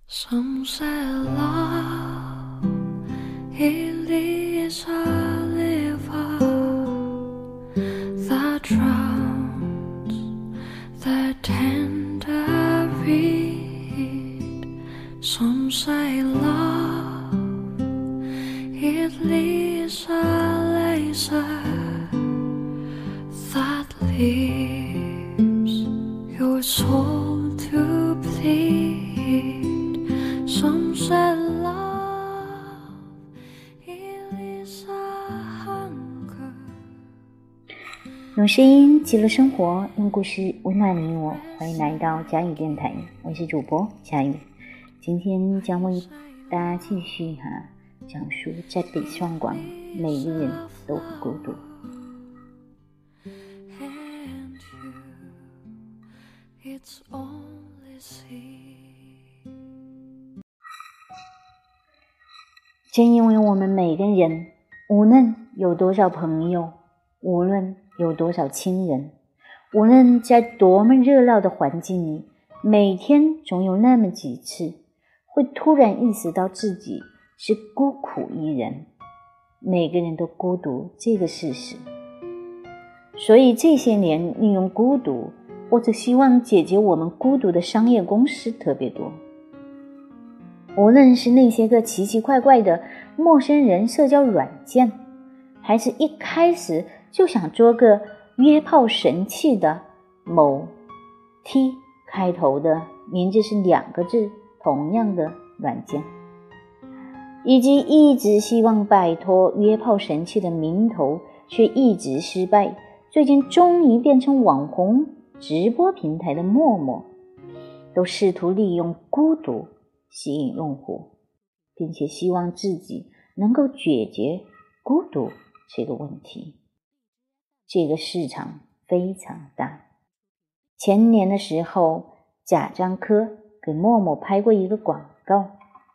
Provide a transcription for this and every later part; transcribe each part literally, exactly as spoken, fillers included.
Some say love, it is a river that drowns the tender reed. Some say love, it is a laser that leaves your soul to bleed.Some say love, it is a hunger. 用声音记录生活，用故事温暖你我。欢迎来到佳宇电台，我是主播佳宇。今天将为大家继续哈、啊、讲述在北上广，每个人都很孤独。正因为我们每个人，无论有多少朋友，无论有多少亲人，无论在多么热闹的环境里，每天总有那么几次会突然意识到自己是孤苦一人。每个人都孤独这个事实，所以这些年利用孤独或者希望解决我们孤独的商业公司特别多。无论是那些个奇奇怪怪的陌生人社交软件，还是一开始就想做个约炮神器的某 T 开头的名字是两个字同样的软件，以及一直希望摆脱约炮神器的名头却一直失败，最近终于变成网红直播平台的陌陌，都试图利用孤独吸引用户，并且希望自己能够解决孤独这个问题。这个市场非常大。前年的时候，贾樟柯给陌陌拍过一个广告，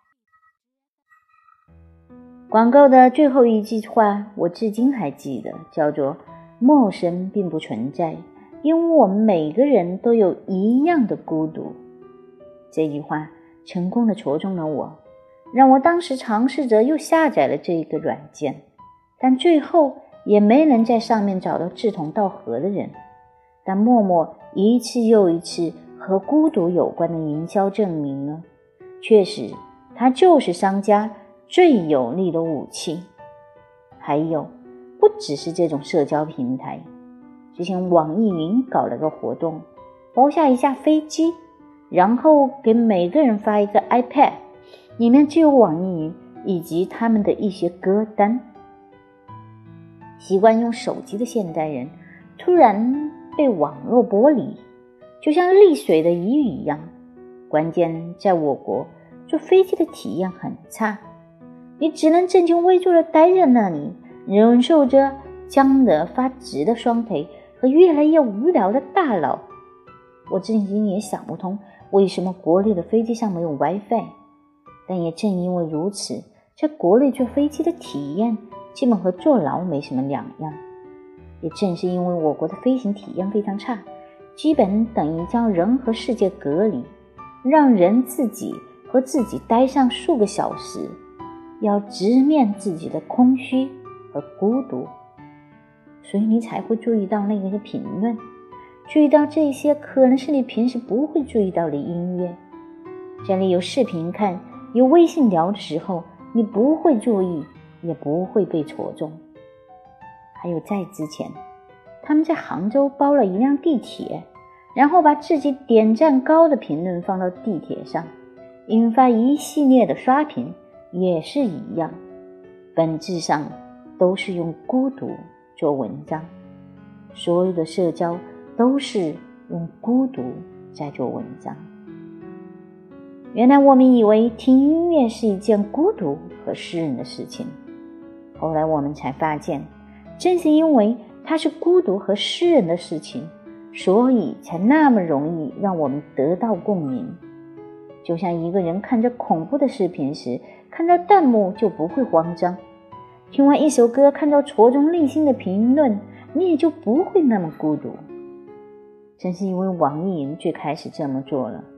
广告的最后一句话我至今还记得，叫做陌生并不存在，因为我们每个人都有一样的孤独。这句话成功地戳中了我，让我当时尝试着又下载了这个软件，但最后也没能在上面找到志同道合的人。但陌陌一次又一次和孤独有关的营销证明了，确实它就是商家最有力的武器。还有，不只是这种社交平台，之前网易云搞了个活动，包下一架飞机，然后给每个人发一个 iPad， 里面就有网易云以及他们的一些歌单。习惯用手机的现代人突然被网络剥离，就像溺水的鱼一样。关键在我国坐飞机的体验很差，你只能正襟危坐地待在那里，忍受着僵得发直的双腿和越来越无聊的大脑。我至今也想不通为什么国内的飞机上没有 WiFi， 但也正因为如此，在国内坐飞机的体验基本和坐牢没什么两样。也正是因为我国的飞行体验非常差，基本等于将人和世界隔离，让人自己和自己待上数个小时，要直面自己的空虚和孤独。所以你才会注意到那个评论，注意到这些可能是你平时不会注意到的音乐。在你有视频看，有微信聊的时候，你不会注意，也不会被戳中。还有在之前，他们在杭州包了一辆地铁，然后把自己点赞高的评论放到地铁上，引发一系列的刷屏，也是一样，本质上都是用孤独做文章。所有的社交都是用孤独在做文章。原来我们以为听音乐是一件孤独和私人的事情，后来我们才发现，正是因为它是孤独和私人的事情，所以才那么容易让我们得到共鸣。就像一个人看着恐怖的视频时，看到弹幕就不会慌张，听完一首歌看到戳中内心的评论，你也就不会那么孤独。正是因为网易云最开始这么做了，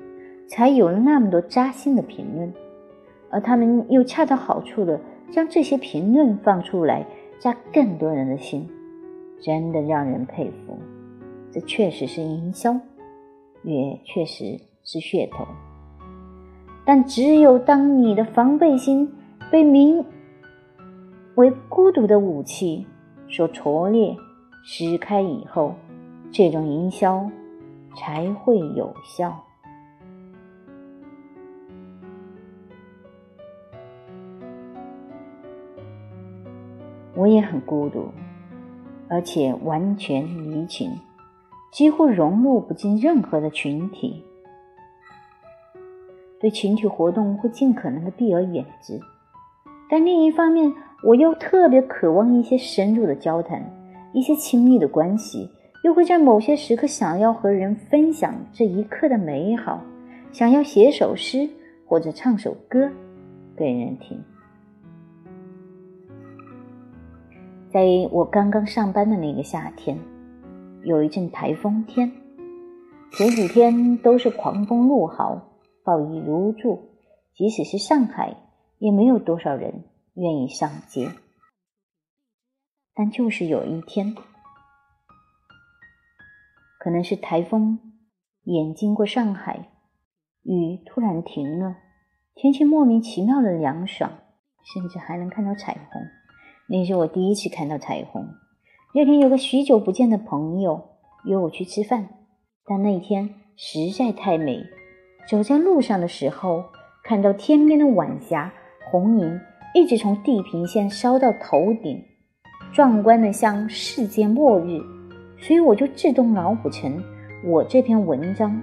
才有了那么多扎心的评论，而他们又恰到好处的将这些评论放出来，扎更多人的心，真的让人佩服。这确实是营销，也确实是噱头。但只有当你的防备心被名为孤独的武器所挫裂撕开以后，这种营销才会有效。我也很孤独，而且完全离群，几乎融入不进任何的群体。对群体活动会尽可能的避而远之，但另一方面，我又特别渴望一些深入的交谈，一些亲密的关系，又会在某些时刻想要和人分享这一刻的美好，想要写首诗或者唱首歌给人听。在我刚刚上班的那个夏天，有一阵台风天，前几天都是狂风怒号，暴雨如注，即使是上海也没有多少人愿意上街。但就是有一天，可能是台风眼经过上海，雨突然停了，天气莫名其妙的凉爽，甚至还能看到彩虹。那是我第一次看到彩虹。那天有个许久不见的朋友约我去吃饭，但那天实在太美，走在路上的时候，看到天边的晚霞红银一直从地平线烧到头顶，壮观的像世界末日，所以我就自动脑补成我这篇文章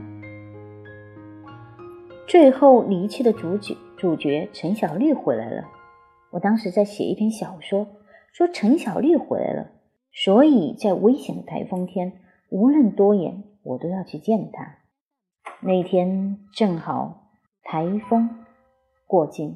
最后离去的主角主角陈小绿回来了。我当时在写一篇小说，说陈小绿回来了，所以在危险的台风天，无论多远，我都要去见他。那天正好台风过境，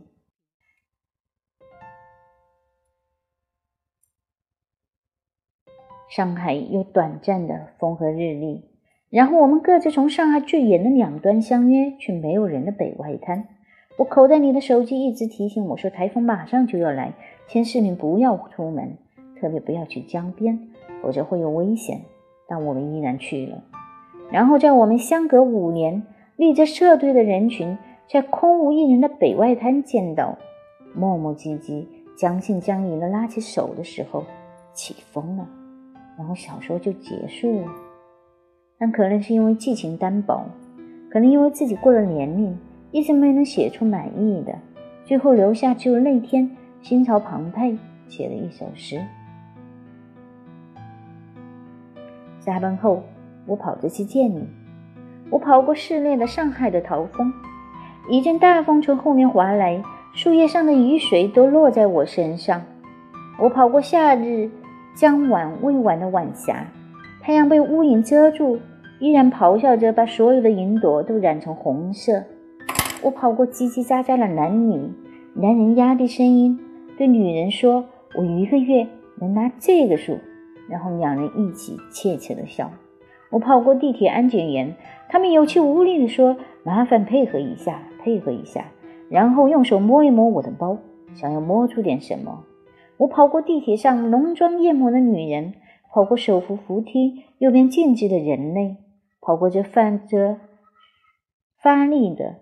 上海有短暂的风和日丽，然后我们各自从上海最远的两端相约去没有人的北外滩。我口袋里的手机一直提醒我说台风马上就要来，请市民不要出门，特别不要去江边，否则会有危险。但我们依然去了。然后在我们相隔五年立着撤退的人群在空无一人的北外滩见到，磨磨唧唧将信将疑的拉起手的时候，起风了，然后小说就结束了。但可能是因为激情单薄，可能因为自己过了年龄，一直没能写出满意的，最后留下只有那天心潮澎湃写了一首诗。下班后我跑着去见你，我跑过肆虐的上海的台风，一阵大风从后面划来，树叶上的雨水都落在我身上。我跑过夏日将晚未晚的晚霞，太阳被乌云遮住，依然咆哮着把所有的云朵都染成红色。我跑过叽叽喳喳的男女，男人压低声音对女人说，我一个月能拿这个数，然后两人一起窃窃地笑。我跑过地铁安检员，他们有气无力地说，麻烦配合一下配合一下，然后用手摸一摸我的包，想要摸出点什么。我跑过地铁上浓妆艳抹的女人，跑过手扶扶梯右边静止的人类，跑过这泛着发力的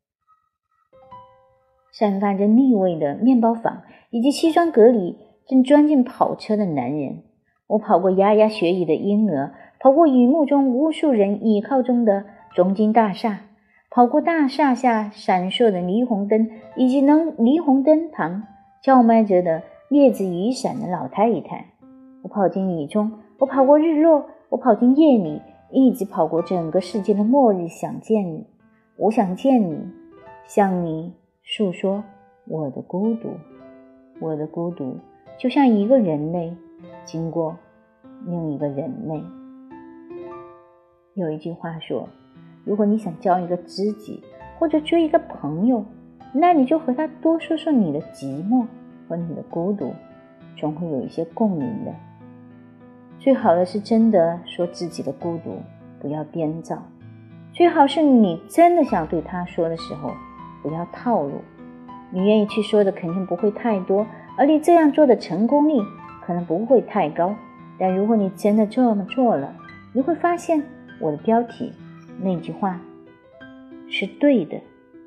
散发着腻味的面包坊，以及西装革履正钻进跑车的男人。我跑过牙牙学语的婴儿，跑过雨幕中无数人倚靠中的中金大厦，跑过大厦下闪烁的霓虹灯，以及能霓虹灯旁叫卖着的劣质雨伞的老太太。我跑进雨中，我跑过日落，我跑进夜里，一直跑过整个世界的末日，想见你。我想见你，向你诉说我的孤独。我的孤独就像一个人类经过另一个人类。有一句话说，如果你想交一个知己或者追一个朋友，那你就和他多说说你的寂寞和你的孤独，总会有一些共鸣的。最好的是真的说自己的孤独，不要编造。 最好是你真的想对他说的时候，不要套路。你愿意去说的肯定不会太多，而你这样做的成功率可能不会太高。但如果你真的这么做了，你会发现我的标题那句话是对的。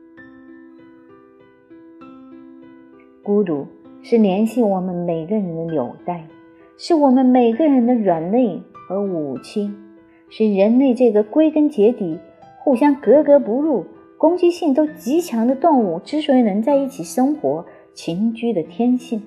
孤独是联系我们每个人的纽带，是我们每个人的软肋和武器，是人类这个归根结底互相格格不入、攻击性都极强的动物之所以能在一起生活、群居的天性。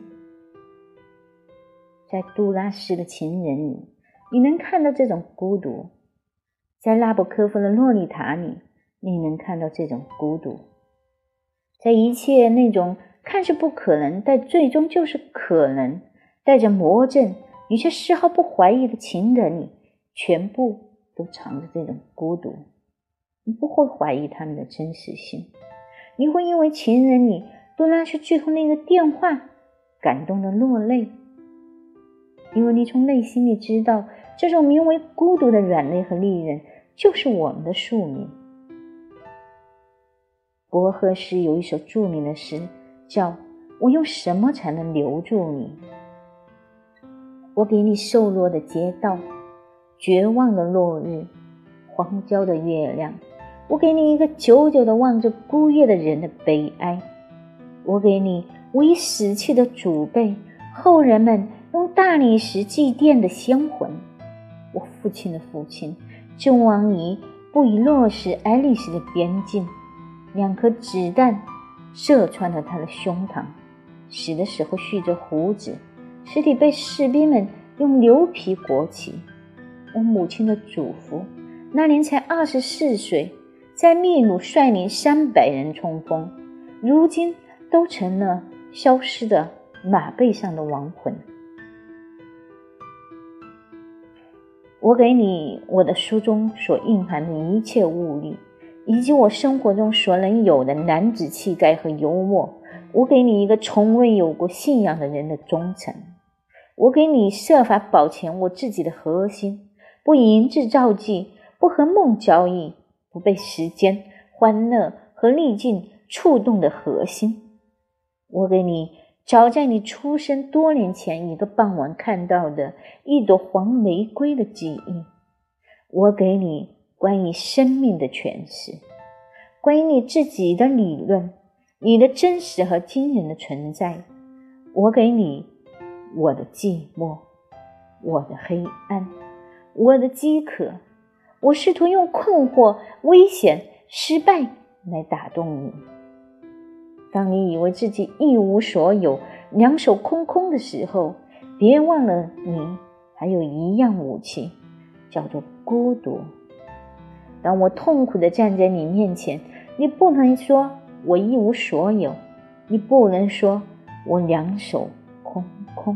在杜拉斯的情人里，你能看到这种孤独；在拉布科夫的洛丽塔里，你能看到这种孤独；在一切那种看似不可能但最终就是可能，带着魔怔你却丝毫不怀疑的情人里，全部都藏着这种孤独。你不会怀疑他们的真实性，你会因为情人里杜拉斯最后那个电话感动的落泪，因为你从内心里知道，这种名为孤独的软肋和利刃就是我们的宿命。博赫斯有一首著名的诗叫《我用什么才能留住你》。我给你瘦弱的街道，绝望的落日，荒郊的月亮。我给你一个久久地望着孤月的人的悲哀。我给你我已死去的祖辈，后人们用大理石祭奠的香魂。我父亲的父亲阵亡于布宜诺斯艾利斯的边境，两颗子弹射穿了他的胸膛，死的时候蓄着胡子，尸体被士兵们用牛皮裹起。我母亲的祖父那年才二十四岁，在秘鲁率领三百人冲锋，如今都成了消失的马背上的亡魂。我给你我的书中所蕴含的一切物力，以及我生活中所能有的男子气概和幽默。我给你一个从未有过信仰的人的忠诚。我给你设法保全我自己的核心，不银质造际，不和梦交易，不被时间、欢乐和历尽触动的核心。我给你早在你出生多年前一个傍晚看到的一朵黄玫瑰的记忆。我给你关于生命的诠释，关于你自己的理论，你的真实和惊人的存在。我给你我的寂寞，我的黑暗，我的饥渴。我试图用困惑、危险、失败来打动你。当你以为自己一无所有、两手空空的时候，别忘了你还有一样武器，叫做孤独。当我痛苦地站在你面前，你不能说我一无所有，你不能说我两手空空。